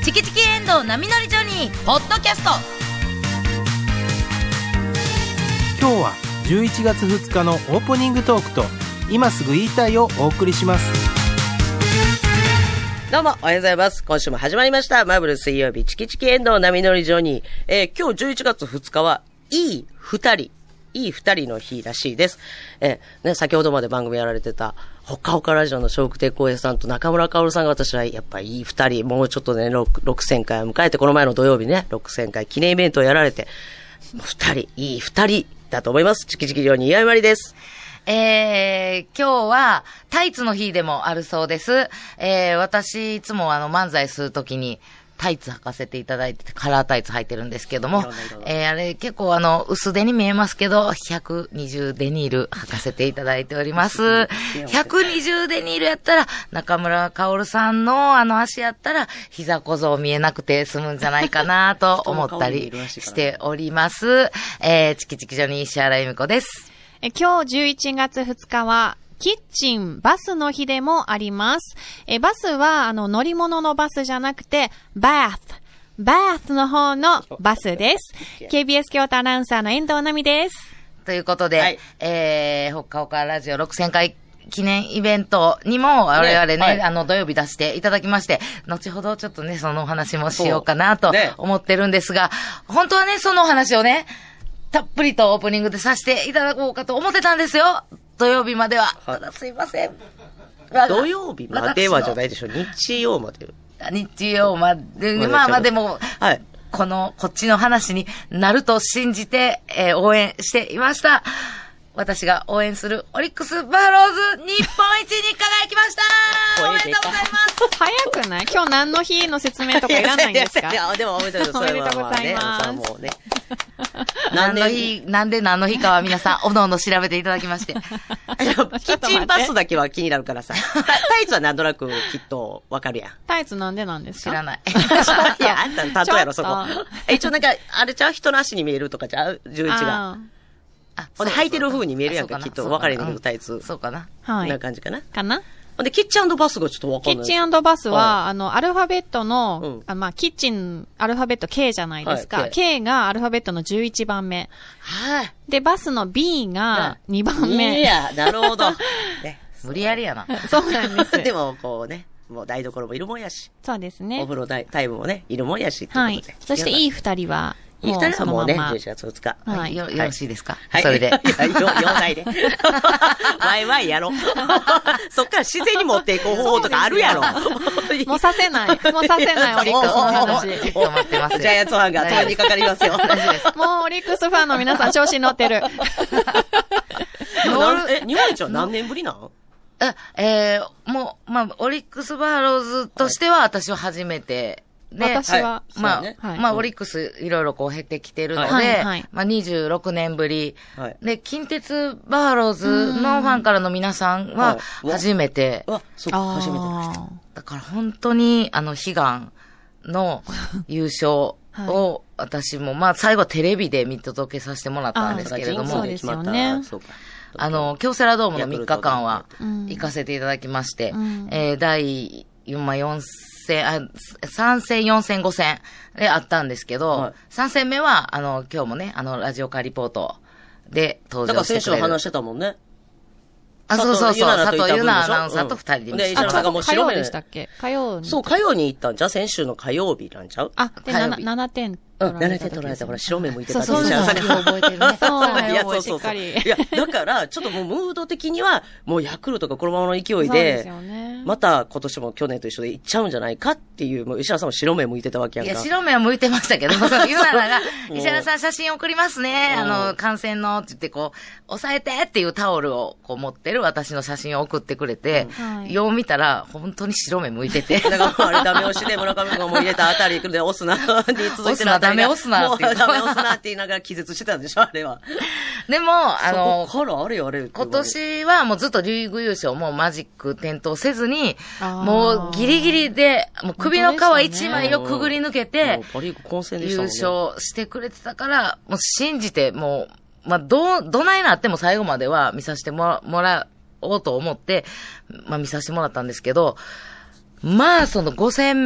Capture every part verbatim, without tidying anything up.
チキチキエンドウ波乗りジョニー」ポッドキャスト。 今日はじゅういちがつふつかのオープニングトークと今すぐ言いたいをお送りします。 どうもおはようございます。今週も始まりましたマーブル水曜日チキチキエンドウ波乗りジョニー、えー、今日じゅういちがつふつかはいい二人いい二人の日らしいです。えー、ね、先ほどまで番組やられてたほっかほかラジオの笑福亭公平さんと中村薫さんが私はやっぱりいい二人、もうちょっとねろくせんかいを迎えて、この前の土曜日ねろくせんかい記念イベントをやられて、二人いい二人だと思います。チキチキジョニー岩井まりです。 えー、今日はタイツの日でもあるそうです。えー、私いつもあの漫才するときにタイツ履かせていただいてて、カラータイツ履いてるんですけども、えー、あれ結構あの薄手に見えますけどひゃくにじゅうデニール履かせていただいております。ひゃくにじゅうデニールやったら中村薫さんのあの足やったら膝小僧見えなくて済むんじゃないかなと思ったりしております。えー、チキチキジョニー石原由美子です。 え今日じゅういちがつふつかはキッチンバスの日でもあります。えバスはあの乗り物のバスじゃなくてバースバースの方のバスです。ケービーエス 京都アナウンサーの遠藤奈美です。 ということで、はい、えー、ほっかほかラジオろくせんかい記念イベントにも我々ね、ね、はい、あの土曜日出していただきまして、後ほどちょっとねそのお話もしようかなと思ってるんですが、ね、本当はねそのお話をねたっぷりとオープニングでさせていただこうかと思ってたんですよ。土曜日までは。ただすいません。 土曜日まではじゃないでしょ。日曜まで。 日曜まで。まあまあでも、はい、この、こっちの話になると信じて、えー、応援していました。私が応援するオリックスバファローズ日本一に輝きましたおめでとうございます。 早くない？今日何の日の説明とかいらないんですか？ いや、でもおめでとうございます。おめでとうございます。もうね。 何の日、なんで何の日かは皆さん、おのおの調べていただきまして。キッチンバスだけは気になるからさ。タイツはなんとなくきっとわかるやん。 タイツなんでなんですか？ 知らない。 いや、あんたの担当やろ、そこ。一応なんか、あれちゃう人の足に見えるとかちゃう ?じゅういち が。あ、ほんで履いてる風に見えるやんか、きっと。分かれへんけど、タイツ。 そうかな。 はい。 こんな感じかな。 かな。 ほんで、キッチンバスがちょっと分かんない。 キッチンバスは、あの、アルファベットの、うん、あまあ、キッチン、アルファベット K じゃないですか。はい、K がアルファベットのじゅういちばんめ。 はい。 で、バスの B がにばんめ。 いや、なるほど。 ね、無理やりやな。 そうなんです。 でも、こうね、もう台所もいるもんやし。 そうですね。 お風呂タイムもね、いるもんやし。 はい。そして、いい二人は、 いい二人はもうね、じゅういちがつふつか。 はい。よ、よろしいですか？ はい。 それで。 いや、よ、よないで。ワイワイやろ。そっから自然に持っていく方法とかあるやろ。 もうさせない。もうさせない、オリックスの話。 止まってます。 ジャイアンツファンが問いにかかりますよ。 もうオリックスファンの皆さん調子に乗ってる。 え、日本一は何年ぶりなん？ えー、もう、まあ、オリックスバファローズとしては私は初めて。 で、私は、 まあ、ね、はい、まあ、オリックスいろいろこう減ってきてるので、はいはい、まあ、にじゅうろくねんぶり、はい、で、近鉄バファローズのファンからの皆さんは初めて、 あ、そうか、初めてだから本当に、あの、悲願の優勝を、私も、まあ、最後テレビで見届けさせてもらったんですけれども、 そうですよね。 あの、京セラドームのみっかかんは行かせていただきまして、うん、えー、第まあ、よんせん、あ、さん戦、よん戦、ご戦であったんですけど、はい、さん戦目は、あの、今日もね、あの、ラジオカーリポートで登場してくれる。だから選手の話してたもんね。 あ、そうそうそう、佐藤ゆなアナウンサーと二人で見てた。あ、火曜でしたっけ？火曜に。 そう、火曜に行ったんじゃ先週の火曜日なんちゃう？ あ、で、ななてん。 うん、ななてん取られた。ほら、白目向いてた。 そうそうそう。覚えてるね。 そう、いや、そうそうそう。いや、だから、ちょっともうムード的には、もうヤクルトがこのままの勢いで、また今年も去年と一緒で行っちゃうんじゃないかっていう、もう石原さんも白目向いてたわけやんか。 いや、白目は向いてましたけど、ゆななが、石原さん写真送りますね。あの、観戦の、って言ってこう、押さえてっていうタオルをこう持ってる私の写真を送ってくれて、よう見たら、本当に白目向いてて。 だからあれダメ押しで村上君がもう入れたあたりで押すな、に続いてるあたり。 ダメ押すなって言う。ダメ押すなって言いながら気絶してたんでしょ、あれは。 でも、あの、 そこからあれよあれ。 今年はもうずっとリーグ優勝、もうマジック点灯せずに、もうギリギリで、もう首の皮一枚をくぐり抜けて、優勝してくれてたから、もう信じて、もう、まあ、ど、どないなっても最後までは見させてもらおうと思って、まあ見させてもらったんですけど、まあそのご戦目、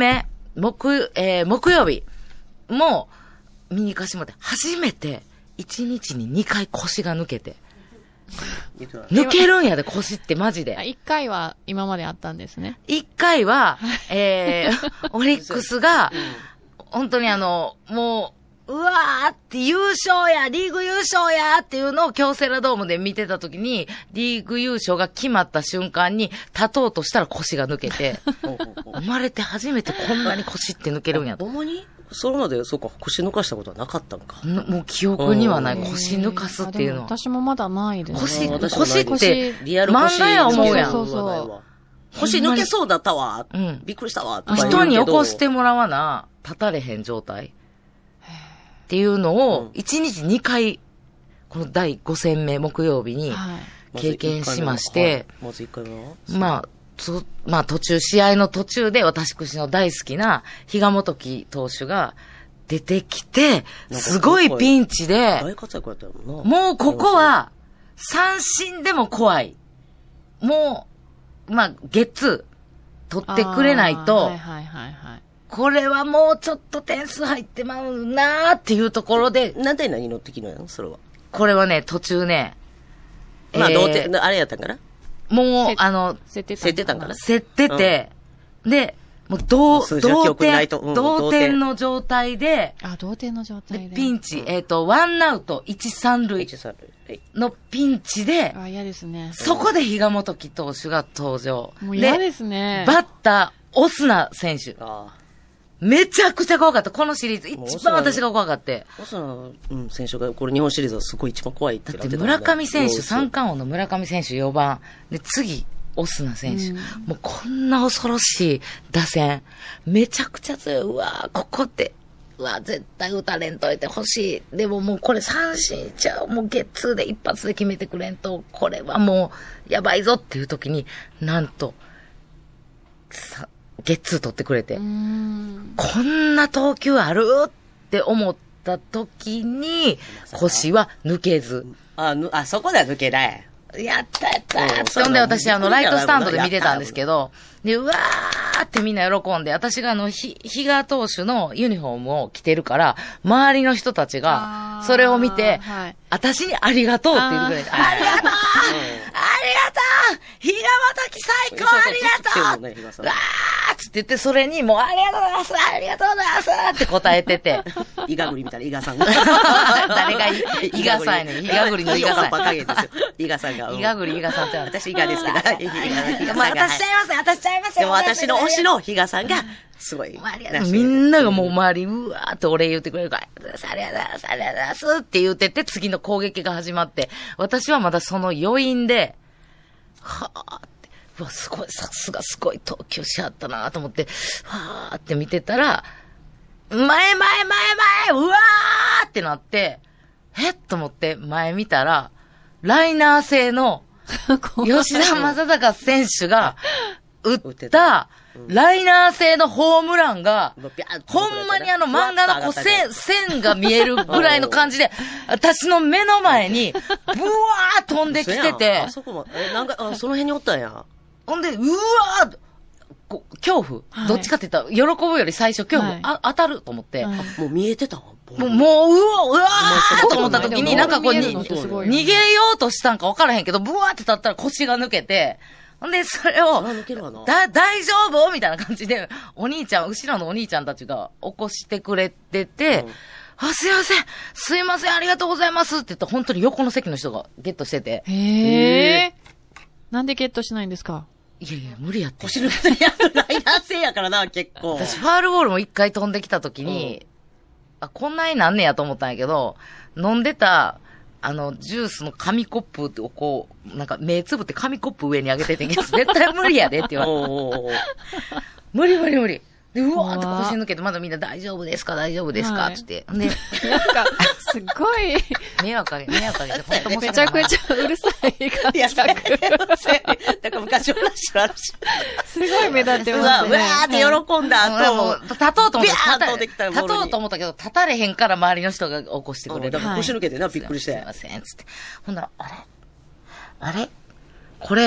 木、えー、木曜日も見に行かしてもらって、初めていちにちににかい腰が抜けて。抜けるんやで、腰ってマジで。 いっかいは今まであったんですね。 いっかいは、えー、オリックスが、本当にあの、もう、うわーって優勝や、リーグ優勝やっていうのを京セラドームで見てた時に、リーグ優勝が決まった瞬間に立とうとしたら腰が抜けて、生まれて初めてこんなに腰って抜けるんやと。 ほんまにそれまで、そうか、腰抜かしたことはなかったんか。 もう記憶にはない。腰抜かすっていうのは。 私もまだないです。 腰、 私も腰っないて、 リアル腰漫画や思うやん。 そうそう腰抜けそうだったわ。 うんびっくりしたわ。とか言うけど人に起こしてもらわな、立たれへん状態。っていうのを、いちにちにかい、このだいご戦目木曜日に経験しまして、 まずいっかいめはまあ、そまあ途中、試合の途中で私の大好きな比嘉元樹投手が出てきて、すごいピンチで、 大活躍やったもんな。 もうここは三振でも怖い。もう、まあ、ゲッツー取ってくれないと、 はいはいはいはい。 これはもうちょっと点数入ってまうなーっていうところで、 なんで何乗ってきのやのそれは。 これはね、途中ね、 まあ、 えー同点、あれやったんかなもうせ、 あの、 競ってた。 競ってたんかな競ってて、で、もう同、 数字は記同点憶にないと、うん同同点点の状態で、 あ、同点の状で態で。 ピンチ、えっと、ワンアウトいち、さん塁一三塁はいのピンチで、 あ、嫌ですね。 そこで比嘉元樹投手が登場。 もう嫌ですね。 バッター、オスナ選手。 あめちゃくちゃ怖かった。このシリーズ、一番私が怖かった。 あ。オスナ、うん、選手が、これ日本シリーズはすごい一番怖いってだってなたもんね村上選手、 そう三冠王の村上選手よんばん。で、次、オスナ選手。 うんもうこんな恐ろしい打線。めちゃくちゃ強い。うわここって。うわ絶対打たれんといてほしい。でももうこれ三振ちゃう。もうゲッツーで一発で決めてくれんと、これはもうやばいぞっていう時に、なんと、さゲッツー取ってくれて。 うーん。 こんな投球あるって思った時に、腰は抜けず。 あ、ぬ、あ、そこでは抜けない。 やったやったうんそんで私、あの、ライトスタンドでやった見てたんですけど、で、うわーってみんな喜んで、私があの、ひ、比嘉投手のユニフォームを着てるから、周りの人たちがあ、ーそれを見て、 はい私にありがとうって言ってくれて、 あーありがとうありがとう比嘉元樹最高ありがとうね、比嘉さんうわーっつって言って、それにもうありがとうございますありがとうございますって答えてて。 イガグリみたいな、イガさんが。 誰がイイガさんやねん。イガグリのイガさん。 バカゲですよ。イガさんが。 イガグリイガさんって私イガですけど。 まあ、私ちゃいます私ちゃいますでも私の推しの比嘉さんが、すごい。 みんながもう周り、うわーってお礼言ってくれるから、ありがとうございます、ありがとうございますって言ってて、次の攻撃が始まって、私はまだその余韻で、はーって、うわ、すごい、さすがすごい投球しはったなと思って、はーって見てたら、前前前前うわーってなって、えっと思って前見たら、ライナー製の吉田正尚選手が打った、ライナー製のホームランが、ほんまにあの漫画のこう線、線が見えるぐらいの感じで、私の目の前に、ブワー飛んできててあ、そこも、え、なんか、あ、その辺におったんや。 ほんで、うわーこう恐怖、 はいどっちかって言ったら、喜ぶより最初恐怖、 はいあ当たると思って、 はいもう見えてたわ。 もう、もう、うわ、うわーと思った時に、なんかこう、に見えるのってすごいよね逃げようとしたんか分からへんけど、ブワーって立ったら腰が抜けて、ほんで、それを、 そら抜けるわなだ、大丈夫みたいな感じで、お兄ちゃん、後ろのお兄ちゃんたちが起こしてくれてて、 うんあ、すいません、すいません、ありがとうございますって言ったら、本当に横の席の人がゲットしてて、 へえ。なんでゲットしないんですか？ いやいや、無理やって。 腰抜けてやるライナー性やからな、結構。 私、ファールボールも一回飛んできた時に、あ、こんなになんねやと思ったんやけど、飲んでた、あの、ジュースの紙コップをこう、なんか目つぶって紙コップ上に上げててんけど、絶対無理やでって言われて。 おうおうおう無理無理無理。で、うわーってうわー腰抜けて、まだみんな大丈夫ですか大丈夫ですかはいつって。で、 なんか、すっごい、 迷惑かけ、迷惑かけて、ほんと申しめちゃ訳ないくちゃうるさい感いや、 じそうやねそうやねだから昔の話もあるし。 すごい目立ってうわ、 ますね。 うわーって喜んだもう、 後、 立とうと思ったビャーン立飛んできた立ボールにとうと思ったけど、立たれへんから周りの人が起こしてくれる。 だから腰抜けてな、びっくりしてすい。ません、つって。ほんなら、あれあれこれ、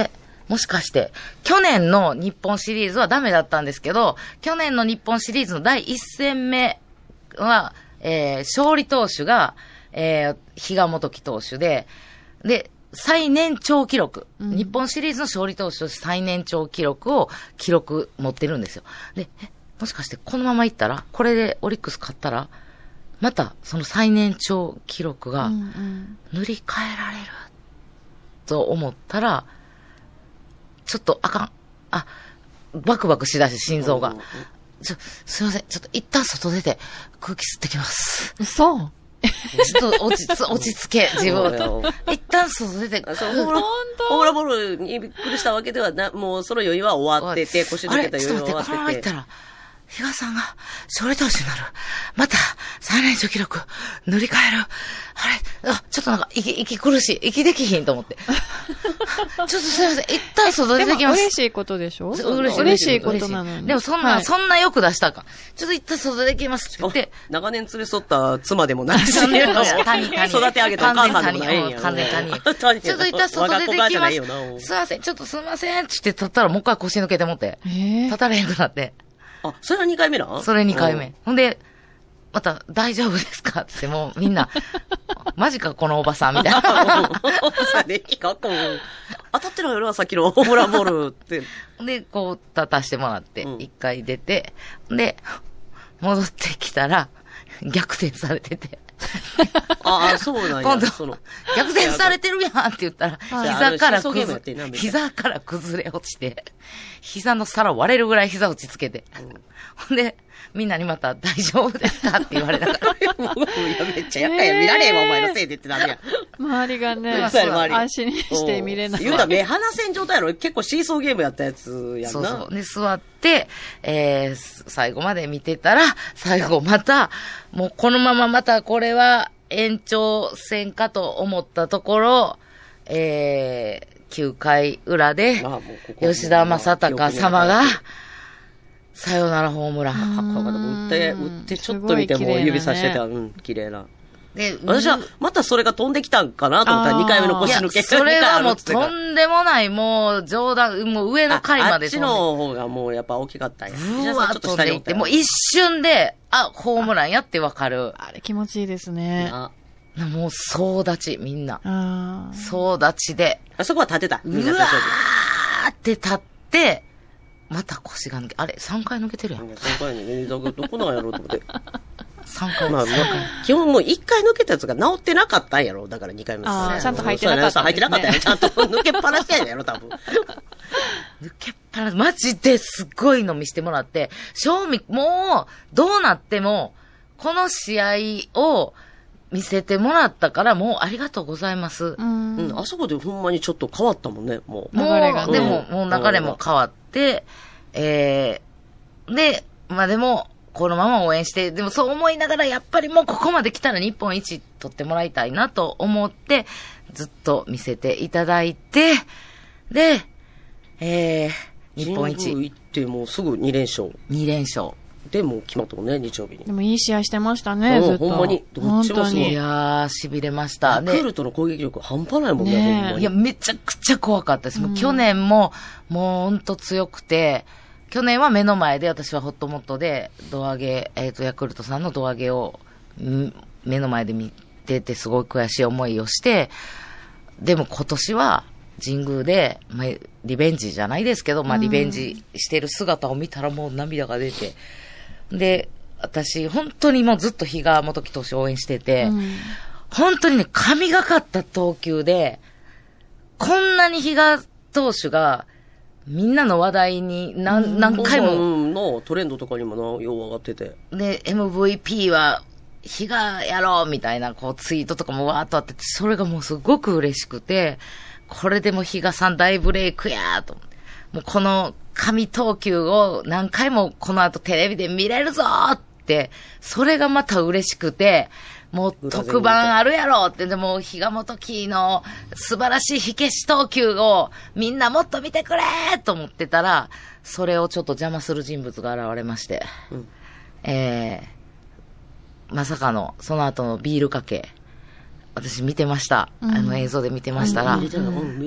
もしかして、去年の日本シリーズはダメだったんですけど、去年の日本シリーズのだいいっ戦目は、えー、勝利投手が、えー、比嘉元樹投手で、で、最年長記録、うん、日本シリーズの勝利投手として最年長記録を記録持ってるんですよ。で、え、もしかしてこのままいったら、これでオリックス勝ったら、またその最年長記録が塗り替えられると思ったら、ちょっとあかん。あ、バクバクしだして心臓が。ちょ、すいません。ちょっと一旦外出て空気吸ってきます。 そう。 ちょっと落ち、落ち着け、自分。一旦外出て。 そう、ホームラン、ホームランボールにびっくりしたわけではな、もうその余裕は終わってて、腰抜けた余裕は終わってて。 あれ、ちょっと待って、このままいったら、比嘉さんが勝利投手になる。また、最年長記録、塗り替える。あれ、あ、ちょっとなんか、息、息苦しい。息できひんと思って。ちょっとすいません。一旦外出てきます。 嬉しいことでしょ？ 嬉しい。 嬉しいことなのに。 でもそんな、はい、そんなよく出したか。ちょっと一旦外出てきますって言って。 長年連れ添った妻でもないし。 他人、他人。 育て上げたお母さんでもないんや。 完全他人。ちょっと一旦外出てきます。すいません。ちょっとすいません。って言って立ったらもう一回腰抜けてもって。立たれへんくなって。 あ、それはにかいめな？ それにかいめ。ほんで、また、大丈夫ですかってってもうみんな、マジかこのおばさんみたいな。 当たってないよな、さっきのホームランボールって。 で、こう、立たしてもらって、一回出て、で、戻ってきたら、逆転されてて。 ああ、そうなんや。 今度、その逆転されてるやんって言ったら、膝から崩れ、膝から崩れ落ちて、膝の皿割れるぐらい膝打ちつけて。うん、ほんで、みんなにまた大丈夫ですかって言われながら。 もうめっちゃ厄介や、見られへんわ、お前のせいでってなるやん。 周りがね、安心して見れない。 言うたら目離せん状態やろ。結構シーソーゲームやったやつやんな。そうそう。 で、座って、えー、最後まで見てたら、最後また、もうこのまままたこれは延長戦かと思ったところ、えー、きゅうかい裏で、まあ、ここ吉田正尚様が、サヨナラホームラン。 かっこよかった。打って、打って、ちょっと見ても指さしてた。うん、綺麗な。で、私は、またそれが飛んできたんかなと思ったら、にかいめの腰抜け。 それはもうとんでもない、もう冗談、もう上の階まで飛んで。 あっちの方がもうやっぱ大きかったんや。 うわーっと飛んでいって、もう一瞬で、あ、ホームランやってわかる。 あれ気持ちいいですね。 もう総立ち、みんな。総立ちで。 あそこは立てた。 うわーって立って、また腰が抜け、あれ、さんかい抜けてるやん。 さんかいね、どこなんやろうと思って。 さんかい。 まあ、基本もういっかい抜けたやつが治ってなかったんやろ。だからにかいめですね。 ああ、ちゃんと入ってなかった、 ね。入ってなかったやろ。ちゃんと抜けっぱなしやんやろ、多分。 抜けっぱなし、マジですごいの見してもらって、賞味、もう、どうなっても、この試合を見せてもらったから、もうありがとうございます。 うん。うん、あそこでほんまにちょっと変わったもんね、もう。 流れが、ね。でも、もう流れも変わって、えー、で、まあでも、このまま応援して、でもそう思いながら、やっぱりもうここまで来たら日本一取ってもらいたいなと思って、ずっと見せていただいて、で、えー、日本一。 神宮行ってもうすぐに連勝。 に連勝。 で、もう決まったもんね、日曜日に。 でもいい試合してましたね、ずっと。 ほんまに。どっちもすごい。 いやー、痺れました。 ヤクルトの攻撃力半端ないもんね、 ねほんまに。いや、めちゃくちゃ怖かったです。もう去年も、もうほんと強くて、去年は目の前で私はホットモットで胴上げ、えっと、ヤクルトさんの胴上げを目の前で見ててすごい悔しい思いをして、でも今年は神宮で、まあ、リベンジじゃないですけど、まあリベンジしてる姿を見たらもう涙が出て、で、私本当にもうずっと比嘉元樹投手を応援してて、本当にね、神がかった投球で、こんなに比嘉投手が、みんなの話題に何、何回も。 のトレンドとかにもな、よう上がってて。 で、エムブイピー は、比嘉やろうみたいな、こう、ツイートとかもわーっとあってて、それがもうすごく嬉しくて、これでも比嘉さん大ブレイクやーと。もうこの神投球を何回もこの後テレビで見れるぞーって、それがまた嬉しくて、もう特番あるやろって、でも、比嘉元樹の素晴らしい火消し投球をみんなもっと見てくれーと思ってたら、それをちょっと邪魔する人物が現れまして、うん、えー、まさかの、その後のビールかけ、 私見てました。あの映像で見てましたら、 うん、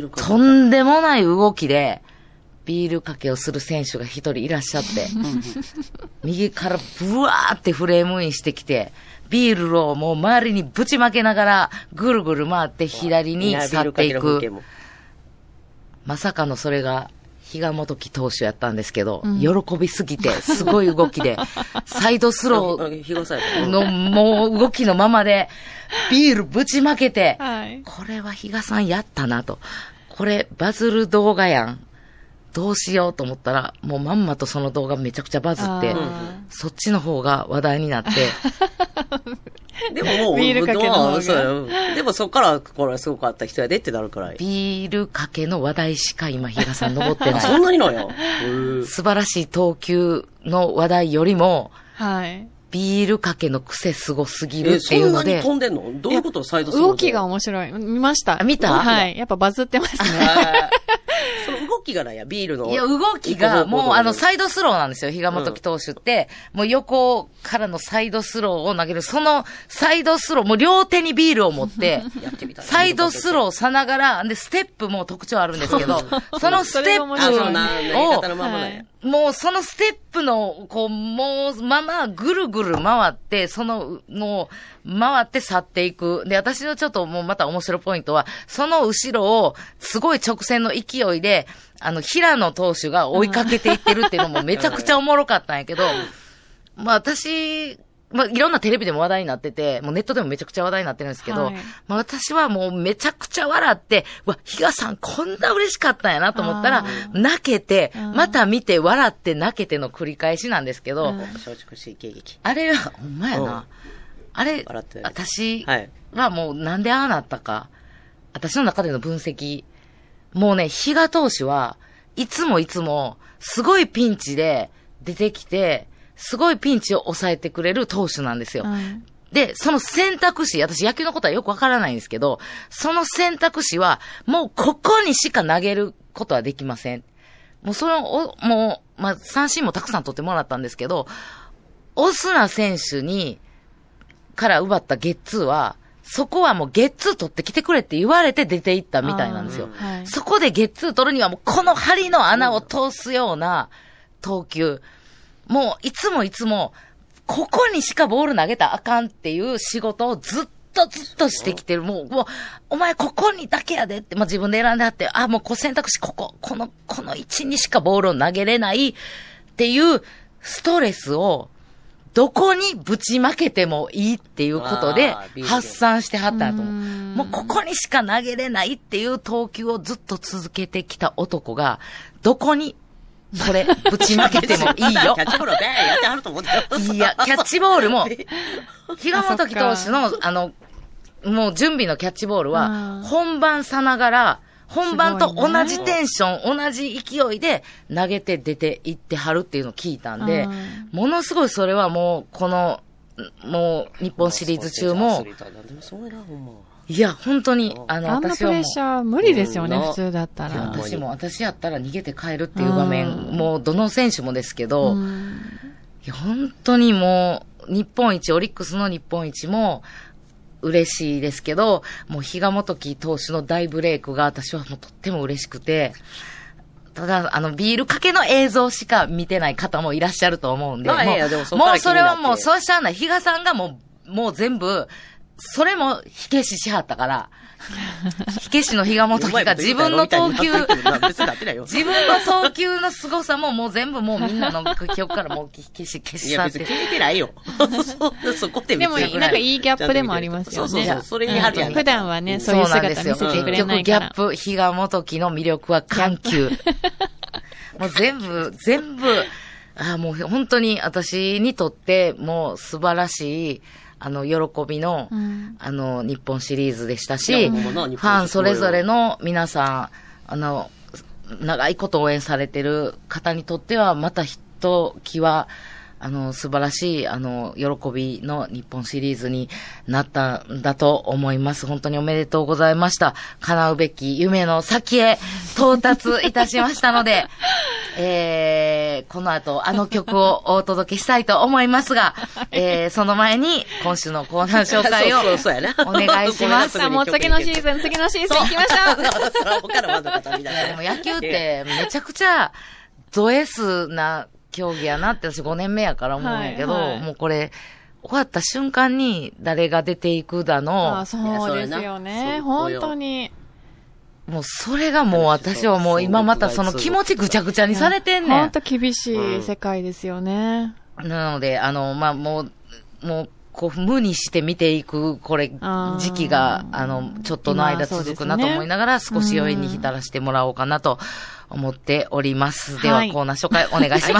とんでもない動きで、ビールかけをする選手が一人いらっしゃって、右からブワーってフレームインしてきて、ビールをもう周りにぶちまけながら、ぐるぐる回って左に去っていく。まさかのそれが、比嘉元樹投手やったんですけど、うん、喜びすぎて、すごい動きで、サイドスローのもう動きのままで、ビールぶちまけて、はい、これは比嘉さんやったなと。これバズる動画やん。どうしようと思ったら、もうまんまとその動画めちゃくちゃバズって、そっちの方が話題になって。 でももう、ビールかけの方がそうでもそっから、これすごかった人やでってなるから。 ビールかけの話題しか今、比嘉さん残ってない。 そんなになんや。 素晴らしい投球の話題よりも、 はい。 ビールかけの癖すごすぎるっていうので。 そんなに飛んでんのどういうことをサイドするの？ 動きが面白い。見ました。 あ、見た？ はい。やっぱバズってますね。 その動きがなんや、ビールの。 いや、動きが、もうあの、サイドスローなんですよ、比嘉元樹投手って。うん、もう横からのサイドスローを投げる。その、サイドスロー、もう両手にビールを持って、サイドスローさながら、で、ステップも特徴あるんですけど、そのステップを、もうそのステップの、こう、もう、まま、ぐるぐる回って、その、もう、回って去っていく。で、私のちょっともうまた面白いポイントは、その後ろを、すごい直線の勢いで、あの、平野投手が追いかけていってるっていうのもめちゃくちゃおもろかったんやけど、まあ私、まあいろんなテレビでも話題になってて、もうネットでもめちゃくちゃ話題になってるんですけど、はい、まあ私はもうめちゃくちゃ笑って、うわ、比嘉さんこんな嬉しかったんやなと思ったら、泣けて、また見て笑って泣けての繰り返しなんですけど、あれは、ほんまやな。あれ、私はもうなんでああなったか、私の中での分析、もうね、比嘉投手はいつもいつもすごいピンチで出てきて、すごいピンチを抑えてくれる投手なんですよ。うん、で、その選択肢、私野球のことはよくわからないんですけど、その選択肢はもうここにしか投げることはできません。もうその、おもう、まあ、三振もたくさん取ってもらったんですけど、オスナ選手に、から奪ったゲッツーは、そこはもうゲッツー取ってきてくれって言われて出ていったみたいなんですよ。はい、そこでゲッツー取るにはもうこの針の穴を通すような投球。もういつもいつも、ここにしかボール投げたらあかんっていう仕事をずっとずっとしてきてる。もう、もう、お前ここにだけやでって、まあ、自分で選んであって、あ、もうこう選択肢ここ、この、この位置にしかボールを投げれないっていうストレスを、どこにぶちまけてもいいっていうことで発散してはったんだと思う。もうここにしか投げれないっていう投球をずっと続けてきた男が、どこに、これ、ぶちまけてもいいよ。 キャッチボールをね、やってはると思ってた。 いや、キャッチボールも、比嘉元樹投手の、あの、もう準備のキャッチボールは、本番さながら、本番と同じテンション、同じ勢いで投げて出ていってはるっていうのを聞いたんで、ものすごいそれはもう、この、もう、日本シリーズ中も、いや、本当に、あの、私はもう。 あんなプレッシャー無理ですよね、普通だったら。 私も、私やったら逃げて帰るっていう場面、もう、どの選手もですけど、いや本当にもう、日本一、オリックスの日本一も、嬉しいですけど、もう比嘉元樹投手の大ブレイクが私はもうとっても嬉しくて、ただ、あの、ビールかけの映像しか見てない方もいらっしゃると思うんで、もう、もうそれはもう、そうしたらない。比嘉さんがもう、もう全部、それも火消ししはったから、火消しの比嘉元樹が自分の投球、自分の投球の凄さももう全部もうみんなの記憶からもう消し消し去って。 いや別に消えてないよ。そこででもなんかいいギャップでもありますよね。 そうそうそう。それにあるやん。 普段はね、そういう姿見せてくれないから。 結局ギャップ、比嘉元樹の魅力は緩急。もう全部、全部、ああもう本当に私にとってもう素晴らしい、あの、喜びの、うん、あの、日本シリーズでしたし、ファンそれぞれの皆さん、あの、長いこと応援されてる方にとっては、またひときわ、あの、素晴らしい、あの、喜びの日本シリーズになったんだと思います。本当におめでとうございました。叶うべき夢の先へ到達いたしましたので、ええー、この後あの曲をお届けしたいと思いますが、えー、その前に今週のコーナー紹介をお願いします。 もう次のシーズン、次のシーズン行きましょう。 他のバンド方みたいな。 でも野球ってめちゃくちゃド S な競技やなって私ごねんめやから思うんやけど、はいはい、もうこれ、終わった瞬間に誰が出ていくだの。 あ、そうですよね。本当に。 もうそれがもう私はもう今またその気持ちぐちゃぐちゃにされてんねん。 本当厳しい世界ですよね。 うん、なので、あの、まあ、もう、もう、こう、無にして見ていく、これ、時期が、あの、ちょっとの間続くなと思いながら、少し余韻に浸らしてもらおうかなと思っております。では、コーナー紹介お願いします。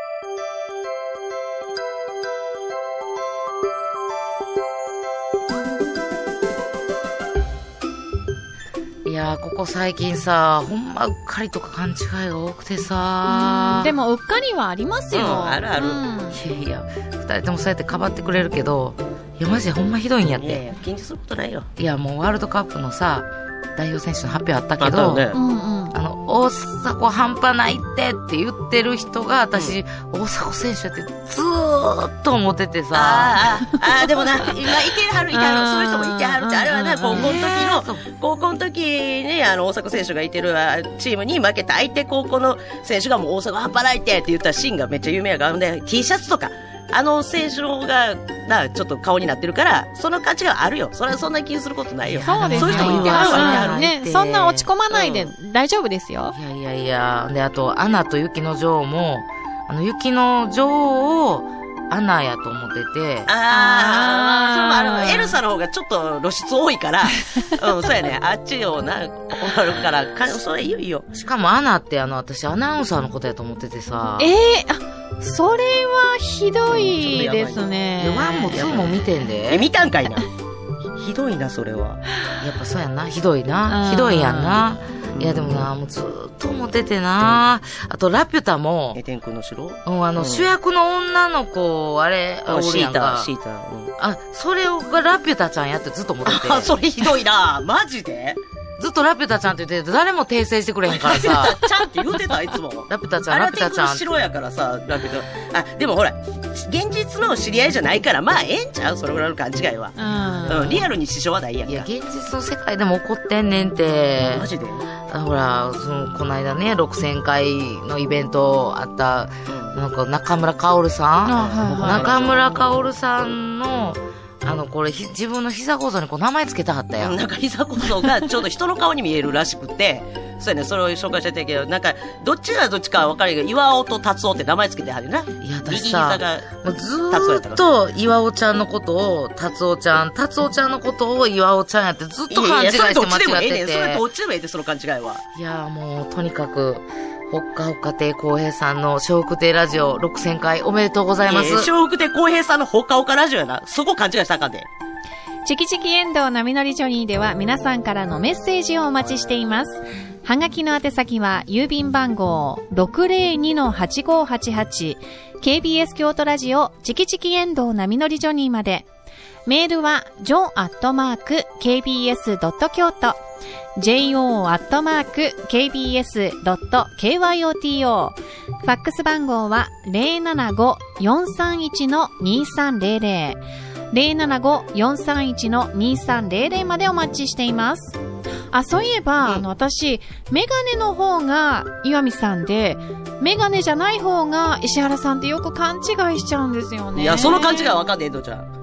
いやー、ここ最近さ、ほんまうっかりとか勘違いが多くてさ、 でもうっかりはありますよ。うん、 あるある。 いやいや、二人ともそうやってかばってくれるけど、いやマジでほんまひどいんやって。いやいや、 気にすることないよ。 いや、もうワールドカップのさ、代表選手の発表あったけど、あ、ね、うんうん、あの、大迫半端ないってって言ってる人が、私、うん、大迫選手ってずーっと思っててさ。 ああ、ああ、でもな、今いてはる、いてはる、そういう人もいてはるって、あれはな、高校の時の、高校の時に、あの、大迫選手がいてるチームに負けた相手高校の選手がもう大迫半端ないってって言ったシーンがめっちゃ有名やから、ね、T シャツとか、あの選手の方が、な、ちょっと顔になってるから、その価値があるよ。それはそんな気にすることないよ。 そうですよ。 そういう人もいてはるわ、いてはるね。そんな落ち込まないで大丈夫ですよ。 いやいやいや。で、あと、アナと雪の女王も、あの、雪の女王を、アナやと思ってて。 ああ、そう、あの、エルサの方がちょっと露出多いから、うん、そうやね。あっちをな、怒るから、かそれいいよいいよ。 しかもアナって、あの、私アナウンサーのことやと思っててさ。 ええー、あ、それはひどいですね。 ワンもツーも見てんで。 え、見たんかいな。ひどいな、それは。 やっぱそうやんな。ひどいな。ひどいやんな。いやでもな、もうずーっと思っててな。あと、ラピュタも。 え、天空の城？ うん、あの、うん、主役の女の子、あれ、 あ、シータ、シータ。うん、 あ、それがラピュタちゃんやってずっと思ってて。 あ、それひどいな。マジで？ ずっとラピュタちゃんって言って、誰も訂正してくれへんからさ。 ラピュタちゃんって言うてた、いつも。 ラピュタちゃん、ラピュタちゃん。 あれは天空の城やからさ、ラピュタ。あ、でもほら、現実の知り合いじゃないから、まあ、ええんちゃう？それぐらいの勘違いは。うん。うん、リアルに支障はないやんか。 いや、現実の世界でも起こってんねんて。 マジで？ ほら、その、この間ね、ろくせんかいのイベントあった、うん、なんか中村薫さん、はいはい、中村薫さんの、あの、これ、自分の膝小僧にこう名前つけたはったやん。 なんか膝小僧がちょうど人の顔に見えるらしくて、そうやね、それを紹介してたけど、なんか、どっちがどっちかは分かるけど、岩尾と達夫って名前つけてはるな。 いや、私さ、もうずーっと岩尾ちゃんのことを、達夫ちゃん、達夫ちゃんのことを岩尾ちゃんやってずっと勘違いして間違ってて。いやいや、それどっちでもええねん。それどっちでもええって、その勘違いは。 いや、もう、とにかく、ほっかほっか亭公平さんの笑福亭ラジオろくせんかいおめでとうございます。 笑福亭公平さんのほっかほっかラジオやな。そこ勘違いしたらあかんで。 チキチキエンドウ波乗りジョニーでは皆さんからのメッセージをお待ちしています。はがきの宛先は郵便番号 ろくぜろにのはちごはちはち ケービーエス 京都ラジオチキチキエンドウ波乗りジョニーまで。メールは ジョー アットマーク ケービーエス ドット 京都 ジェイオー アットマーク ケービーエス ドット ケーワイオーティーオー ファックス番号は ゼロななご よんさんいちのにさんゼロゼロ ゼロななご よんさんいちのにさんゼロゼロ までお待ちしています。あ、そういえば、うん、あの、私、メガネの方が岩見さんで、メガネじゃない方が石原さんってよく勘違いしちゃうんですよね。 いや、その勘違いはわかんねえのじゃん。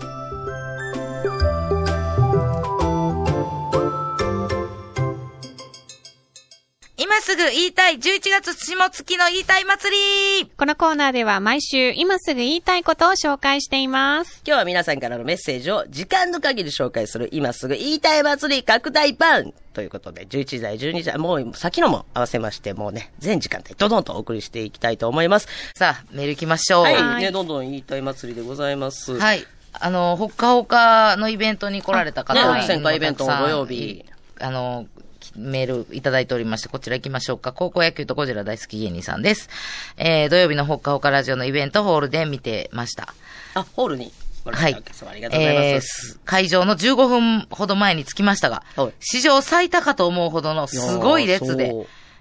今すぐ言いたいじゅういちがつ下月の言いたい祭り。 このコーナーでは毎週今すぐ言いたいことを紹介しています。 今日は皆さんからのメッセージを時間の限り紹介する今すぐ言いたい祭り拡大版ということで、じゅういちじ台じゅうにじ台、もう先のも合わせましてもうね、全時間帯どどんとお送りしていきたいと思います。 さあ、メール行きましょう。 はい、ね、どんどん言いたい祭りでございます。 はい。あの、ほっかほかのイベントに来られた方は、ね、ろくせんかいイベントのご曜日。 あの、メールいただいておりまして、こちら行きましょうか。高校野球とゴジラ大好き芸人さんです。えー、土曜日のほっかほかラジオのイベントホールで見てました。 あ、ホールに。 はい。 ありがとうございます。 えー、会場のじゅうごふんほど前に着きましたが、史上最多かと思うほどのすごい列で、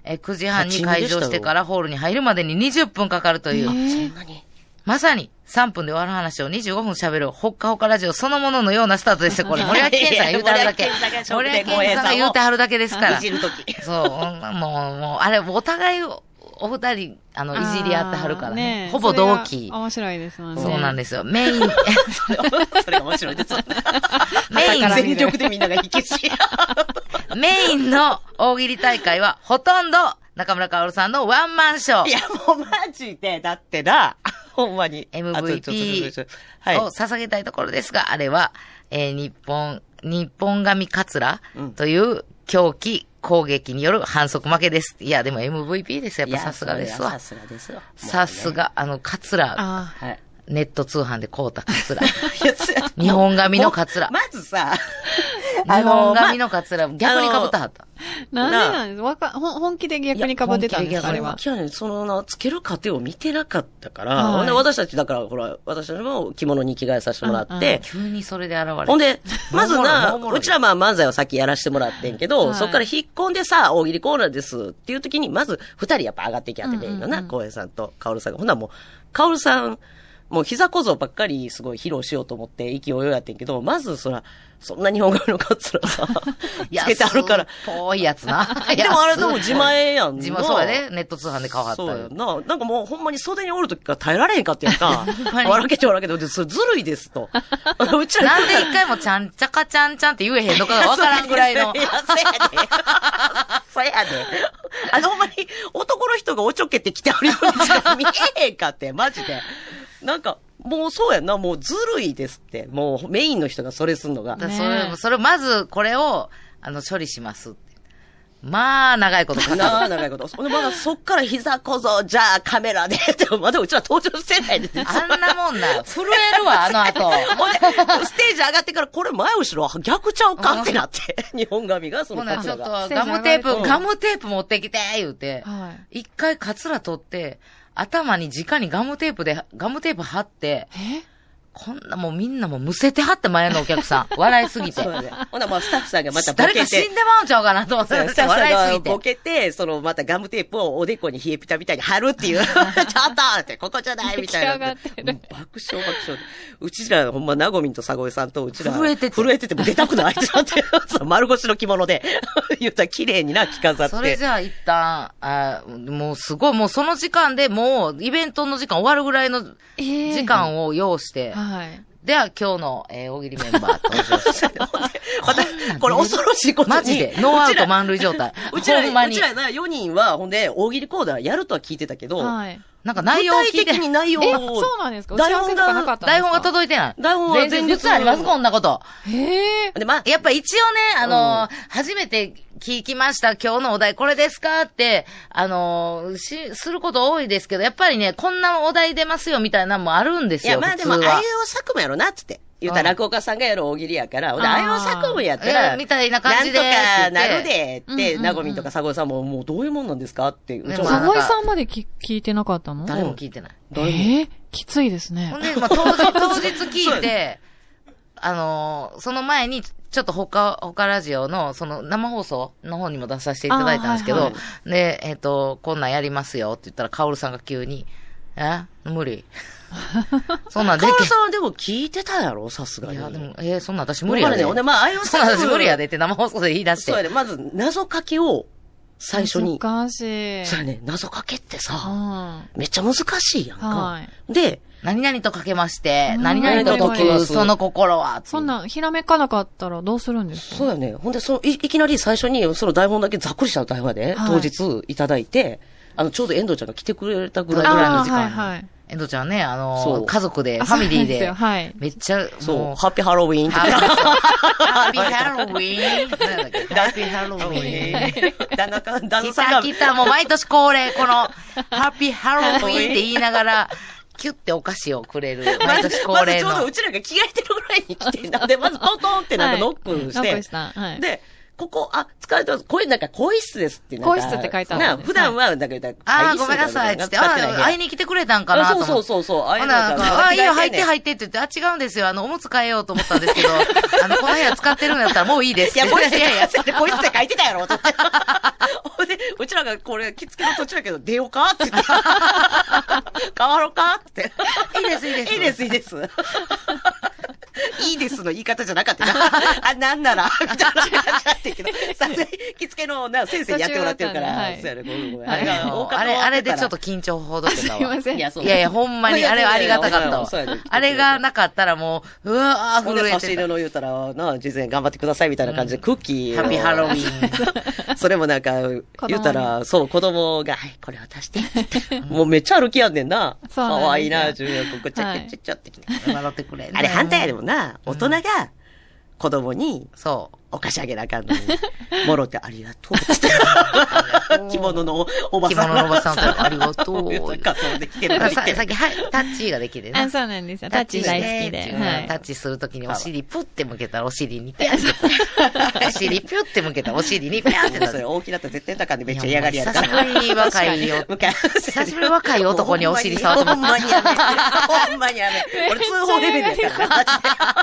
えー、くじはんに開場してからホールに入るまでににじゅっぷんかかるという。 そんなにまさにさんぷんで終わる話をにじゅうごふん喋るほっかほかラジオそのもののようなスタートですよ、これ。森脇健さんが言うてはるだけ。森脇健さんが言うてはるだけですから。 いじるとき。 そう、もう、もう、あれ、お互いを、お二人、あの、いじり合ってはるからね。ほぼ同期。 面白いですもんね。 そうなんですよ。メイン、 それが面白いです。メイン全力でみんなが引きし。 メインの大喜利大会は、ほとんど、中村かおるさんのワンマンショー。 いや、もうマジで、だってな、ほんまに。 エムブイピー を捧げたいところですが、あれは、えー、日本、日本神カツラという狂気攻撃による反則負けです。いや、でも エムブイピー ですよ。やっぱさすがですわ。 さすがですよ。 さすが、あの、カツラ。 はい。 ネット通販で買うたカツラ。日本髪のカツラ。 まずさ、 日本髪のカツラ、逆に被ったはった。 なんでなんですわか、本気で逆に被ってたんですか、あれは。 いや、そのな、つける過程を見てなかったから、ほんで私たち、だから、ほら、私たちも着物に着替えさせてもらって、 急にそれで現れて。 ほんで、まずな、うちらまあ漫才をさっきやらせてもらってんけど、そっから引っ込んでさ、大喜利コーナーですっていう時に、まず二人やっぱ上がってきゃってていいのな、光栄さんとカオルさんが。ほんならもう、カオルさん、もう膝小僧ばっかりすごい披露しようと思って意気揚々やってんけど、まずそら、そんな日本髪のカツラさ、つけてあるから。 ぽいやつな。 でもあれでも自前やんな。 自前、そうやね。ネット通販で買わはったよ。 そうやな。なんかもうほんまに袖におるときから耐えられへんかってやんか。笑けて笑けて、それずるいですと。 うちらなんで一回もちゃんちゃかちゃんちゃんって言えへんのかがわからんぐらいの。 いや、そうやで。そうやで。あのほんまに男の人がおちょけてきてあるようにしか見えへんかって、マジで。なんか、もうそうやんな、もうずるいですって。もうメインの人がそれすんのが。 ね、それ、それまずこれを、あの、処理しますって。まあ、長いことかかる。 なあ、長いこと。ほんでまだそっから膝小僧、じゃあカメラで、って、まだうちら登場してないです。 あんなもんな、震えるわ、あの後。 ほんで、ステージ上がってから、これ前後ろ逆ちゃうかってなって、日本髪がそのカツラが。ほな、ちょっとガムテープ、ガムテープ持ってきて、言うて、 はい、 一回カツラ取って、頭に直にガムテープで、ガムテープ貼って、 えこんなもうみんなもむせてはって前のお客さん。笑いすぎて。 そうね。ほんなまあスタッフさんがまたボケて。 誰か死んでまうんちゃうかなと思って。 スタッフさんがボケて、そのまたガムテープをおでこに冷えピタみたいに貼るっていう。ちょっとって、ここじゃないみたいな。爆笑爆笑。うちら、ほんま、なごみんとさごえさんとうちら。 震えてて。 震えてても出たくないってなって。丸腰の着物で。言ったら綺麗にな、着飾って。 それじゃあ一旦、あもうすごい、もうその時間でもうイベントの時間終わるぐらいの時間を要して。 えー、はい。 では今日の、えー、大喜利メンバー登場して。 また、これ恐ろしいことに。 マジで、ノーアウト満塁状態。 うちら、ほんまにうちらな、よにんは、ほんで、大喜利コーナーやるとは聞いてたけど、はい。 なんか内容を聞いて。 具体的に内容を。 え、そうなんですか？台本がなかったんですか？ 台本が届いてない。 台本は全然実あります、こんなこと。 へえ。 で、まあ、やっぱ一応ね、あのー、うん、初めて聞きました、今日のお題これですかって、あのー、し、すること多いですけど、やっぱりね、こんなお題出ますよみたいなのもあるんですよ。 いや、まあでも、ああいう作務やろな、つって。言うたら落語家さんがやる大喜利やから、ああいう作務やったら、 みたいな感じで。 なんとかなるで、って、なごみんとかさごいさんも、もうどういうもんなんですかって。 さごいさんまで聞いてなかったの？ 誰も聞いてない。 えー、きついですね。 ほんで、まあ、当日、当日聞いて、あのー、その前に、ちょっと他、他ラジオの、その生放送の方にも出させていただいたんですけど、はいはい、で、えっ、ー、と、こんなんやりますよって言ったら、カオルさんが急に、え無理。そんなんでカオルさんはでも聞いてたやろさすがに。 いや、でも、えー、そんなん私無理やで。 ほんで、まあ、ああいうそんなん私無理やでって生放送で言い出して。 そうやで、まず、謎かけを、最初に。 難しい。 そうやね、謎かけってさ、 うん、 めっちゃ難しいやんか。 はい、 で、 何々とかけまして、何々と解く、その心は。 そんな、ひらめかなかったらどうするんですか？ そうやね。ほんで、そのい、いきなり最初に、その台本だけざっくりした台本で、はい、当日いただいて、あの、ちょうど遠藤ちゃんが来てくれたぐらいぐらいの時間。はいはい。遠藤ちゃんね、あの、家族で、ファミリーで、はい、めっちゃ、 そう、ハッピーハロウィーンって。 ハッピーハロウィーンハッピーハロウィーン。 旦那か、旦那さんが。来た来た、もう毎年恒例、この、ハッピーハロウィーンって言いながら、キュッてお菓子をくれる。毎年恒例の。 まずちょうどうちらが着替えてるぐらいに来て、なんで、まずトントンってなんかノックして。 ノックした。はい。 で、ここ、あ、疲れてます。これなんか、更衣室ですってなんか。 更衣室って書いてある。 な、普段は、だけど、 ああ、ごめんなさい。つって、ああ、会いに来てくれたんかなと思って。 そうそうそう。 ああ、ああ、いいよ、入って入ってって言って、あ、違うんですよ。あの、おむつ変えようと思ったんですけど、あの、この部屋使ってるんだったらもういいです。 いや、更衣室、いやいや、更衣室で書いてたやろ、と思って。 で、うちらがこれ、着付けの途中だけど、出ようかって言って。変わろうかって。 いいです、いいです。 いいです、いいです。いいですの言い方じゃなかったな。あ、なんなら、みたいな感じだったけど、さすがに着付けのな先生にやってもらってるから、そうやね、ごめんごめん。あれが、 あれ、あれでちょっと緊張ほどけたわ。 すいません。 いや、いやいや、ほんまに、あれはありがたかったわ。あれがなかったらもう、うわー、震えてた。 差し入れの言うたら、な、事前頑張ってくださいみたいな感じで、クッキー。 ハッピーハロウィーン。 それもなんか、言うたら、そう、子供が、はい、これ渡して。もうめっちゃ歩きやんねんな。かわいいな、ジュニア、ここちゃっちゃっちゃってきて。 笑ってくれ。 あれ反対やでもな、大人が、子供に、そう、お菓子あげなあかんのに、もろってありがとうって。着物のおばさん。 着物のおばさんとありがとう。 仮装できてるささっき、はい、タッチができてね。 あ、そうなんですよ。タッチ大好きで。はい。 タッチするときにお尻プッて向けたらお尻にピャって。お尻ピュって向けたらお尻にピャって。 それ大きなったら絶対高んでめっちゃ嫌がりやるから。 久しぶりに若いよ。久しぶりに若い男にお尻触ってもほんまにやめ。ほんまにやめ。これ通報レベルやから。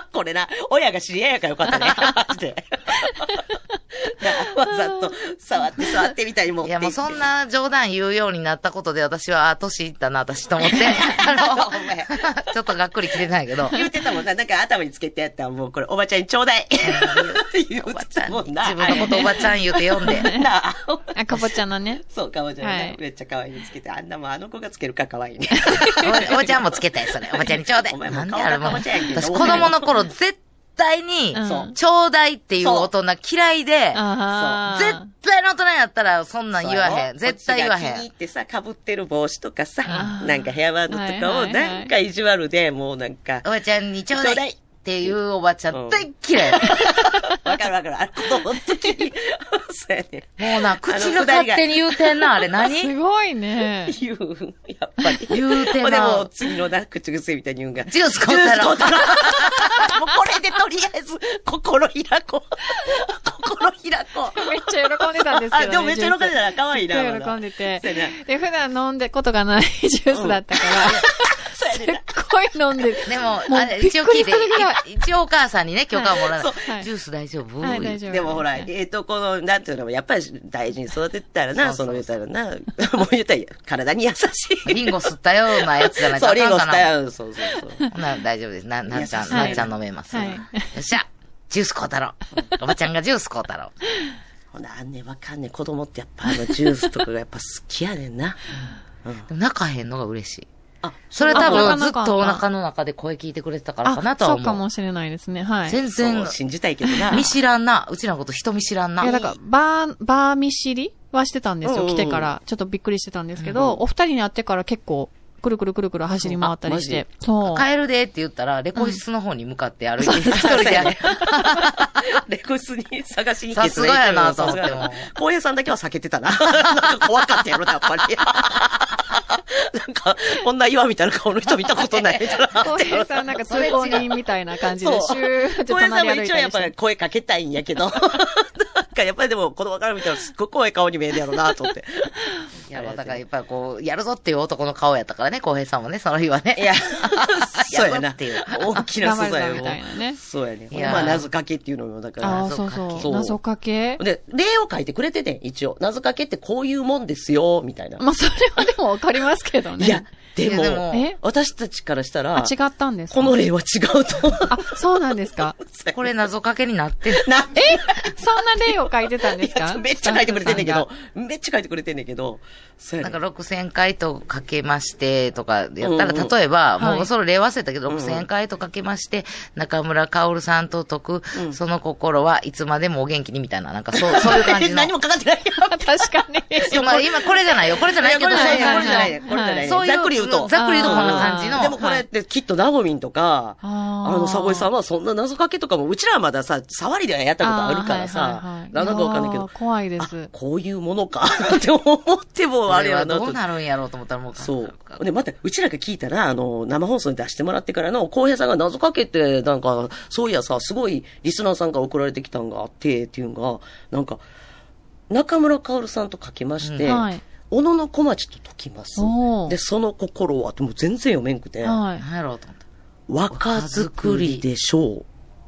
これな、親が知り合いやからよかったね。マジで。わざと触って触ってみたいに持っていやもうそんな冗談言うようになったことで私は、年いったな、私と思って。あの、ちょっとがっくりきてないけど。 言うてたもんな、なんか頭につけてやったらもうこれおばちゃんにちょうだい。言うてたもんな。 自分のことおばちゃん言うて読んで。 なあ。 あ、かぼちゃんのね。 そう、かぼちゃんね。めっちゃ可愛いにつけて、あんなもんあの子がつけるか可愛いね。 おばちゃんもつけたい、それ。おばちゃんにちょうだい。 お前なんであれもう。 私子供の頃絶対、絶対に、ちょうだいっていう大人嫌いで、絶対の大人やったらそんなん言わへん。絶対言わへん。 気に入ってさ、被ってる帽子とかさ、なんかヘアバンドとかをなんか意地悪で、もうなんか。 おばちゃんにちょうだいっていうおばちゃん大嫌い。 わかるわかる。あれ子供の時に。そうやね。 もうな、口が勝手に言うてんな、あれ何すごいね。 言う。やっぱり。 言うてんな。 でも次のな、口癖みたいに言うんが。 ジュース買ったら。 もうこれでとりあえず、心開こう。心開こう。めっちゃ喜んでたんですけどね。 あ、でもめっちゃ喜んでたら可愛いな。 喜んでて。で、普段飲んでことがないジュースだったから。すっごい飲んでる。 でも、あれ、一応聞いて、一応お母さんにね、許可をもらう。ジュース大丈夫大丈夫。 でもほら、えっと、この、なんていうの、やっぱり大事に育てたらな、その言ったらな、もう言ったら体に優しい。 リンゴ吸ったようなやつじゃないかな。 そう、リンゴ吸ったような。そうそうそう。 な、大丈夫です。な、なっちゃん、なっちゃん飲めます。よっしゃジュース買うたろ。おばちゃんがジュース買うたろ。 ほな、あんねわかんね子供ってやっぱあのジュースとかがやっぱ好きやねんな。 でも泣かへんのが嬉しい。あ、それ多分ずっとお腹の中で声聞いてくれてたからかなとは思う。 そうかもしれないですね。はい。 全然。 信じたいけどな。 見知らんな。うちのこと人見知らんな。 いや、だから、バー、バー見知りはしてたんですよ。来てから。ちょっとびっくりしてたんですけど、お二人に会ってから結構、くるくるくるくる走り回ったりして。 そう。帰るでって言ったら、レコ室の方に向かって歩いて、一人で歩いて。 レコ室に探しに行ってさすがやなと思っても。 浩平さんだけは避けてたな。なんか怖かったやろな、やっぱり。なんか、こんな岩みたいな顔の人見たことない。 浩平さんなんか通行人みたいな感じで、シューって浩平さんも隣歩いたりして。 一応やっぱり声かけたいんやけど。なんかやっぱりでも子供から見たらすっごい怖い顔に見えるやろなと思って。 いや、だからやっぱりこう、やるぞっていう男の顔やったからね、浩平さんもね、その日はね。 いや、そうやな。 っていう。 大きな素材を。 みたいなね。 そうやね。まあ、謎かけっていうのも、だから。 ああ、そうそう。謎かけで、例を書いてくれてて、一応。謎かけってこういうもんですよ、みたいな。 まあ、それはでもわかりますけどね。 いや、でも、 え私たちからしたら、 あ、違ったんですか？ この例は違うと。 あ、そうなんですか？ これ謎かけになってる。 な、 えそんな例を書いてたんですか？ めっちゃ書いてくれてんねんけど、めっちゃ書いてくれてんねんけど、 なんかろくせんかいとかけましてとかやったら、例えば、もうそれ例忘れたけど、ろくせんかいとかけまして、中村薫さんと解く、その心はいつまでもお元気にみたいな、なんかそう、そういう感じの。 何もかかってないよ。 確かに。 今、今これじゃないよ。これじゃないけど、 これじゃない、これじゃない。これじゃない。 そういう、 ざっくり言うと。 ざっくり言うとこんな感じの。 でもこれってきっとナゴミンとか、あの、サボイさんはそんな謎かけとかも、うちらはまださ、触りではやったことあるからさ、なんだかわかんないけど。 怖いです。 こういうものかって思ってもあれやなと。 どうなるんやろうと思ったらもうそう。で、また、うちらが聞いたら、あの、生放送に出してもらってからの、浩平さんが謎かけて、なんか、そういやさ、すごいリスナーさんから送られてきたんがあって、っていうのが、なんか、中村薫さんと書きまして、うんはい、小野の小町と解きます。で、その心は、もう全然読めんくて、 はい。何やろうと思った。 若作りでしょう。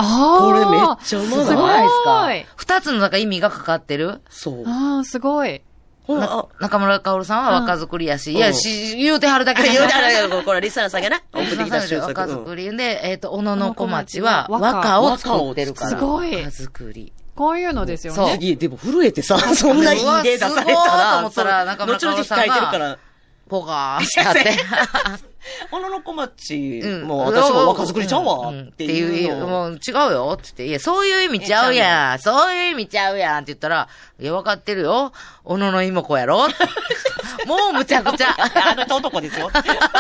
ああ。 これめっちゃうまないすごないですかい。 二つのなんか意味がかかってる。 そう。 ああ、すごい。 ほら、 なあ、 中村かおるさんは若作りやし、いや、 うんし、言うてはるだけで。 言うてあるよ、これリスナーさんがな、送ってきた収若束。 作りで、えっと、小野の小町は小野小町和歌を作ってるから。 すごい和作り。 こういうのですよそうね。 いや、でも震えてさ、そんないい例出されたうわすごいとら、 思ったらそう中村後々 薫さんが控えてるから。 ポカーしてあって。 小野の小町、 うんもう私も若作りちゃうわ、 んんっていうのを。 もう違うよって言って、いや、そういう意味ちゃうやん。そういう意味ちゃうやんって言ったら、いや、わかってるよ。小野の妹子やろもうむちゃくちゃ。 あなた男ですよ。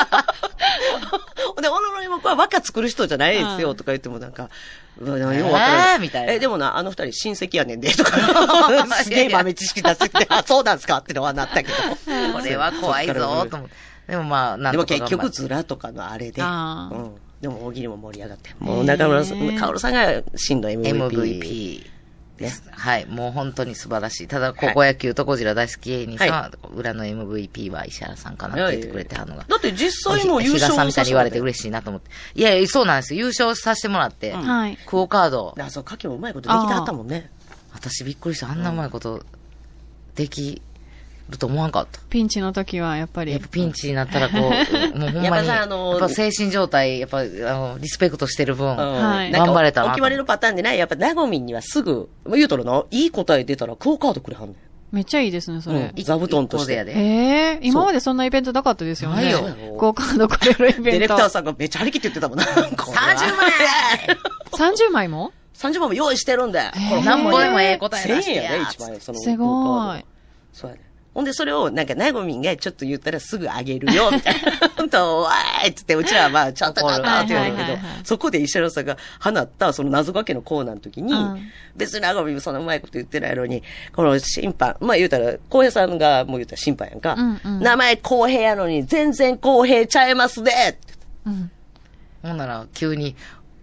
で、小野の妹子は若作る人じゃないですよ、とか言ってもなんか、うわようわからないえーみたいなえ、でもな、あの二人親戚やねんで、とか、すげえ豆知識出してきて、あ、そうなんすかってのはなったけど。 これは怖いぞ、と思って。でもまあ、なんでもとか頑張って。 結局ズラとかのあれで、うあーん。でも大喜利も盛り上がって。もう中村さん、カオルさんが真の エムブイピー。 エムブイピー です。はい。もう本当に素晴らしい。ただ、高校野球とゴジラ大好き芸人さんは、裏の エムブイピー は石原さんかなって言ってくれてはるのが。 だって実際もう優勝石川さんみたいに言われてる。 嬉しいなと思って。いやいや、そうなんですよ。優勝させてもらって、 うんはい。 クオカード。 あ、そう、カキもうまいことできてはったもんね。 私びっくりした。あんなうまいことできると思わんかった。 ピンチの時はやっぱりやっぱ。ピンチになったらこう、もうほんまに、 やっぱやっさあのぱ精神状態、やっぱ、あの、リスペクトしてる分、 はいなんか頑張れたなとお決まりのパターンでない。やっぱ、ナゴミンにはすぐ、もう言うとるの、いい答え出たらクオカードくれはんねん。 めっちゃいいですね、それ。 うん座布団として一個でやで。 ええ今までそんなイベントなかったですよね。 ないよ好感度くれるイベント。 ディレクターさんがめっちゃ張り切って言ってたもんな。 さんじゅうまいさんじゅうまいもさんじゅうまんも用意してるんで。これなんぼでもええ答え出 1000 してや円やね、一万円。そのすごい。 そうやね。ほんで、それを、なんか、ナゴミンがちょっと言ったらすぐあげるよ、みたいな。ほんと、わーいっつって、うちらはまあ、ちょっとだなって言うんだけどはいはいはいはい、 そこで石原さんが放った、その謎かけのコーナーの時に、 うん別にナゴミンもそんなうまいこと言ってないのに、この審判、まあ言うたら、浩平さんがもう言うたら審判やんか。 うんうん名前公平やのに、全然公平ちゃいますでうん。 ほんなら、急に、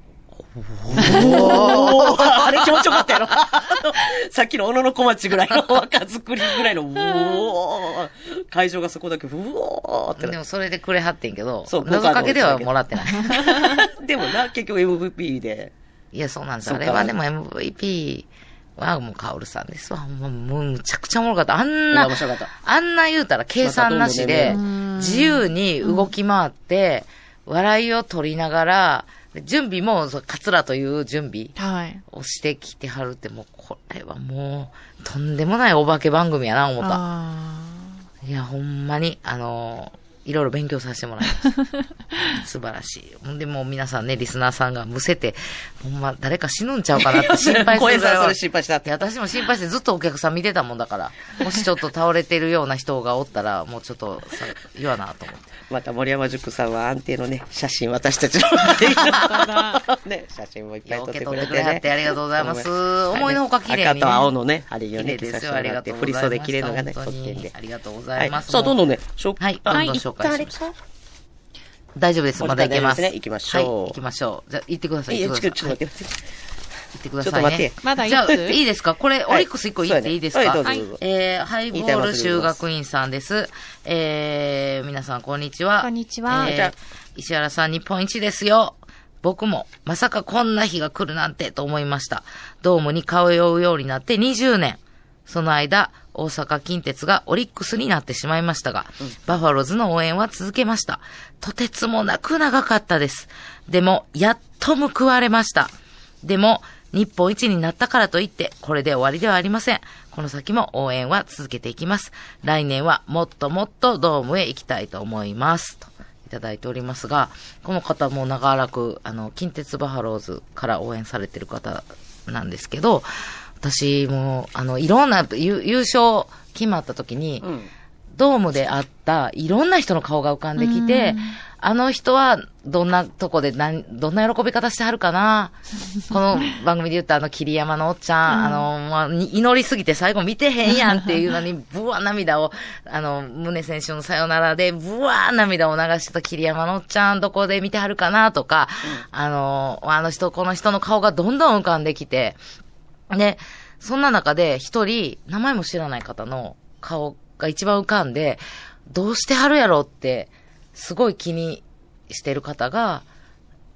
おーあれ気持ちよかったやろさっきの小野の小町ぐらいの若作りぐらいの、うおー会場がそこだけ、うおーってなでもそれでくれはってんけどそう、 謎かけではもらってない。 でもな、結局 エムブイピー で。 いや、そうなんですよ。あそうかれはでも エムブイピー はもうカオルさんですわ。もう、もうむちゃくちゃおもろかった。あんいやな面白かった、 あんな言うたら計算なしでまたどんどんね、 自由に動き回って、笑いを取りながら、準備も、そうカツラという準備はい。 をしてきてはるって、もう、これはもう、とんでもないお化け番組やな、思った。 あいや、ほんまに、あのーいろいろ勉強させてもらいます。素晴らしい。ほんで、もう皆さんね、リスナーさんがむせて、ほんま、誰か死ぬんちゃうかなって心配する小平さんそぐらいはれ心配したっいや、私も心配してずっとお客さん見てたもんだから、もしちょっと倒れてるような人がおったら、もうちょっとさ、言わなと思って。 また森山塾さんは安定のね、写真私たちの。ね、写真もいっぱい撮ってくれてね受け取ってくれはって。ありがとうございます。思いのほか綺麗にね赤と青のね、あれよね、 綺麗ですよ。 着させありがてもらって、振りとうございます。 袖着れるのがね、撮本当にってんで。 ありがとうごはい。 ざいます。 さあ、どんどんね、しょはいあどんどん紹介しましょう大丈夫です。 もうまだいけます。 大丈夫ですね行きましょうはい、行きましょう。じゃあ、行ってください。 いや、 行ってくださいちょっと待って。 行ってくださいね。 ちょっと待ってまだいじゃあ、 ついいですかこれ、オリックス一個言っていいですかはいどうぞどうぞえー、ハイボール修学院さんです。えー、皆さん、こんにちは。 こんにちはえーじゃあ石原さん、日本一ですよ。僕も、まさかこんな日が来るなんてと思いました。ドームに通うようになってにじゅうねん。その間、大阪近鉄がオリックスになってしまいましたが、バファローズの応援は続けました。とてつもなく長かったです。でも、やっと報われました。でも、日本一になったからといって、これで終わりではありません。この先も応援は続けていきます。来年はもっともっとドームへ行きたいと思います。といただいておりますが、この方も長らく、あの、近鉄バファローズから応援されている方なんですけど、私も、あの、いろんな、優優勝決まった時に、 うん。 ドームで会ったいろんな人の顔が浮かんできて、あの人はどんなとこで何、どんな喜び方してはるかなこの番組で言ったあの桐山のおっちゃん、あの、まあ、に祈りすぎて最後見てへんやんっていうのに、ブワー涙を、あの、宗選手のさよならで、ブワー涙を流してた桐山のおっちゃんどこで見てはるかなとか、あの、あの人、この人の顔がどんどん浮かんできて、で、そんな中で一人、名前も知らない方の顔が一番浮かんで、どうしてはるやろって、すごい気にしてる方が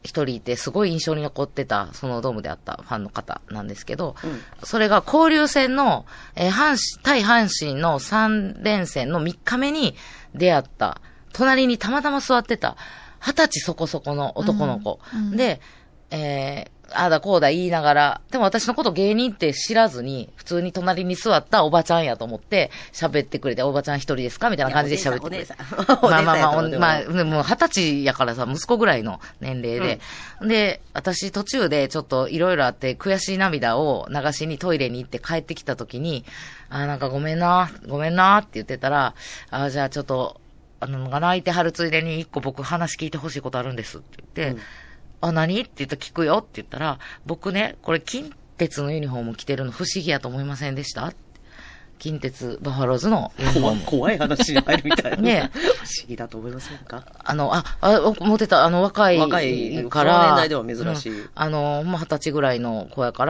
一人いて、すごい印象に残ってた、そのドームであったファンの方なんですけど、 うん、 それが交流戦の、えー、阪神、対阪神のさん連戦のみっかめに出会った、隣にたまたま座ってた、二十歳そこそこの男の子。うんうん、で、えー、ああだこうだ言いながら、でも私のこと芸人って知らずに、普通に隣に座ったおばちゃんやと思って喋ってくれて、おばちゃん一人ですかみたいな感じで喋ってくれて。まあまあまあ、まあ、でも二十歳やからさ、息子ぐらいの年齢で。うん、で、私途中でちょっといろいろあって悔しい涙を流しにトイレに行って帰ってきた時に、ああ、なんかごめんな、ごめんなって言ってたら、ああ、じゃあちょっと、あの、泣いてはるついでに一個僕話聞いてほしいことあるんですって言って、うん、あ、何って言ったら聞くよって言ったら、僕ね、これ近鉄のユニフォーム着てるの不思議やと思いませんでした近鉄バファローズのユニフォーム。 怖い話に入るみたいな。 ね不思議だと思いませんか？ あの、あ、あ、思ってた、あの、若いから。 若い、この年代では珍しい。うん、 あの、まあ、二十歳ぐらいの子やから、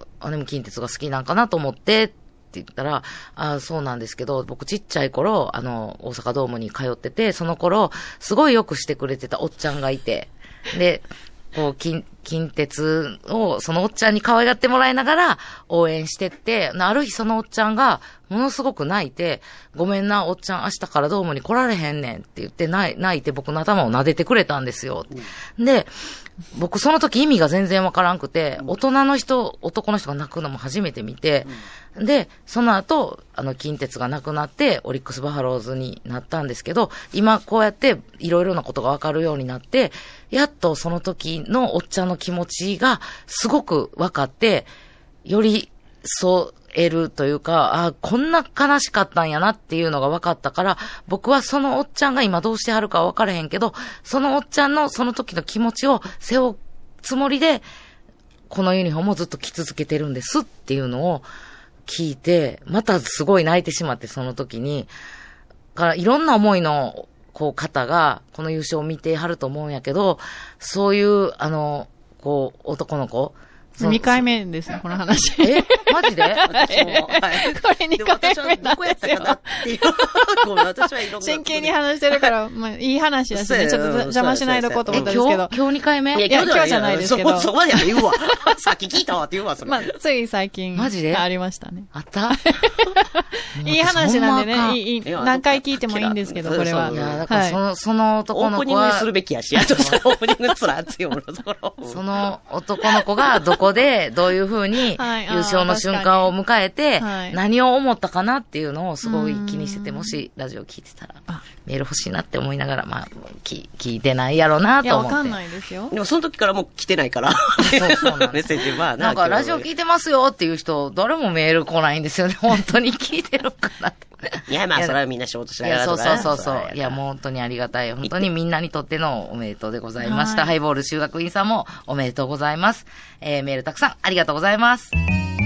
あ、でも近鉄が好きなんかなと思って、って言ったら、あ、そうなんですけど、僕ちっちゃい頃、あの、大阪ドームに通ってて、その頃、すごいよくしてくれてたおっちゃんがいて、で、こう、近、近鉄を、そのおっちゃんに可愛がってもらいながら応援してって、ある日そのおっちゃんが、ものすごく泣いて、ごめんな、おっちゃん明日からドームに来られへんねんって言って、泣いて僕の頭を撫でてくれたんですよ。うん、で、僕その時意味が全然わからんくて、大人の人、男の人が泣くのも初めて見て、うん、で、その後、あの、近鉄がなくなって、オリックスバファローズになったんですけど、今こうやっていろいろなことがわかるようになって、やっとその時のおっちゃんの気持ちがすごくわかって、よりそう、得るというか、あ、こんな悲しかったんやなっていうのが分かったから、僕はそのおっちゃんが今どうしてはるか分からへんけど、そのおっちゃんのその時の気持ちを背負うつもりで、このユニフォームをずっと着続けてるんですっていうのを聞いて、またすごい泣いてしまって、その時に。からいろんな思いのこう方がこの優勝を見てはると思うんやけど、そういうあの、こう男の子、 にかいめですね、この話。 えマジで私も、はい。 これにかいめどこやったかなっていう。ごめん、私はいろんな。 真剣に話してるから、まあ、いい話だしね、ちょっと邪魔しないとこうと思ったんですけど。 今日、今日にかいめいや、 いや今日じゃないですけど。 そ、そこまで言うわ。さっき聞いたわって言うわ、それ。 まあ、つい最近。 マジでありましたね。 あったいい話なんでね、いい、何回聞いてもいいんですけど、これは。 いや、だからその、その男の子は。 オープニングにするべきやし、あとさ、オープニングつらっていうところ。 その男の子がどこで、どういう風に優勝の瞬間を迎えて、何を思ったかなっていうのをすごい気にしてて、もしラジオ聞いてたら、メール欲しいなって思いながら、まあ、聞いてないやろなと思って。 いや、わかんないですよ。 でもその時からもう来てないから。 そうそうなんメッセージはなんかラジオ聞いてますよっていう人、誰もメール来ないんですよね。本当に聞いてるかなって。 いや、まあ、それはみんな仕事しながらとか、ね。いや、そうそうそうそう。いや、もう本当にありがたい。本当にみんなにとってのおめでとうでございました。はい、ハイボール修学院さんもおめでとうございます。えー、メールたくさんありがとうございます。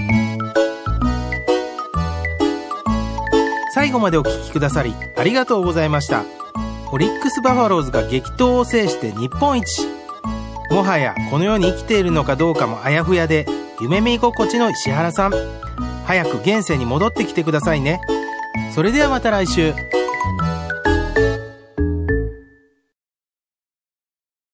最後までお聞きくださりありがとうございました。オリックスバファローズが激闘を制して日本一。もはやこの世に生きているのかどうかもあやふやで夢見心地の石原さん、早く現世に戻ってきてくださいね。それではまた来週。